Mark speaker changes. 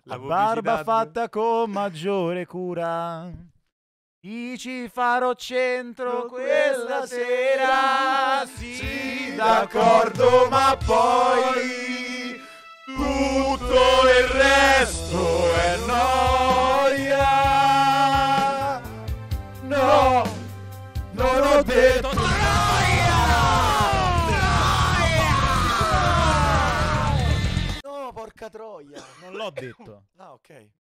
Speaker 1: La
Speaker 2: barba
Speaker 1: pubblicità.
Speaker 2: fatta con maggiore cura. Dici farò centro questa sera. Sì, d'accordo, ma poi tutto il resto è noia. No, non ho detto noia.
Speaker 3: No, porca troia.
Speaker 2: Non l'ho detto.
Speaker 3: Ah, ok.